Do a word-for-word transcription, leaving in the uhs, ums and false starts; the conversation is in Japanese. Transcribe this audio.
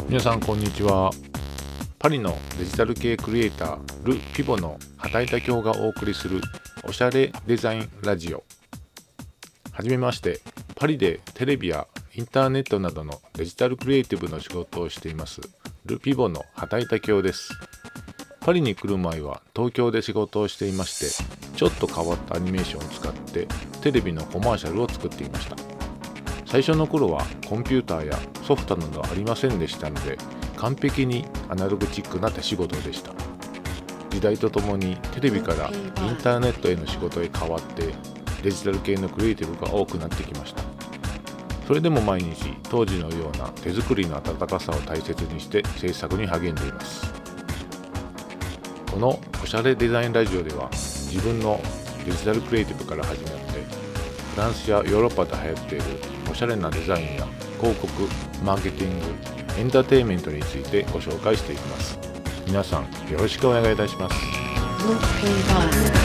皆さんこんにちは。パリのデジタル系クリエイタール・ピボの畑井武雄がお送りするおしゃれデザインラジオ。はじめまして。パリでテレビやインターネットなどのデジタルクリエイティブの仕事をしていますル・ピボの畑井武雄です。パリに来る前は東京で仕事をしていまして、ちょっと変わったアニメーションを使ってテレビのコマーシャルを作っていました。最初の頃はコンピューターやソフトなどありませんでしたので、完璧にアナログチックな手仕事でした。時代とともにテレビからインターネットへの仕事へ変わって、デジタル系のクリエイティブが多くなってきました。それでも毎日当時のような手作りの温かさを大切にして制作に励んでいます。このおしゃれデザインラジオでは、自分のデジタルクリエイティブから始まって、フランスやヨーロッパで流行っているおしゃれなデザインや広告、マーケティング、エンターテインメントについてご紹介していきます。皆さんよろしくお願いいたします。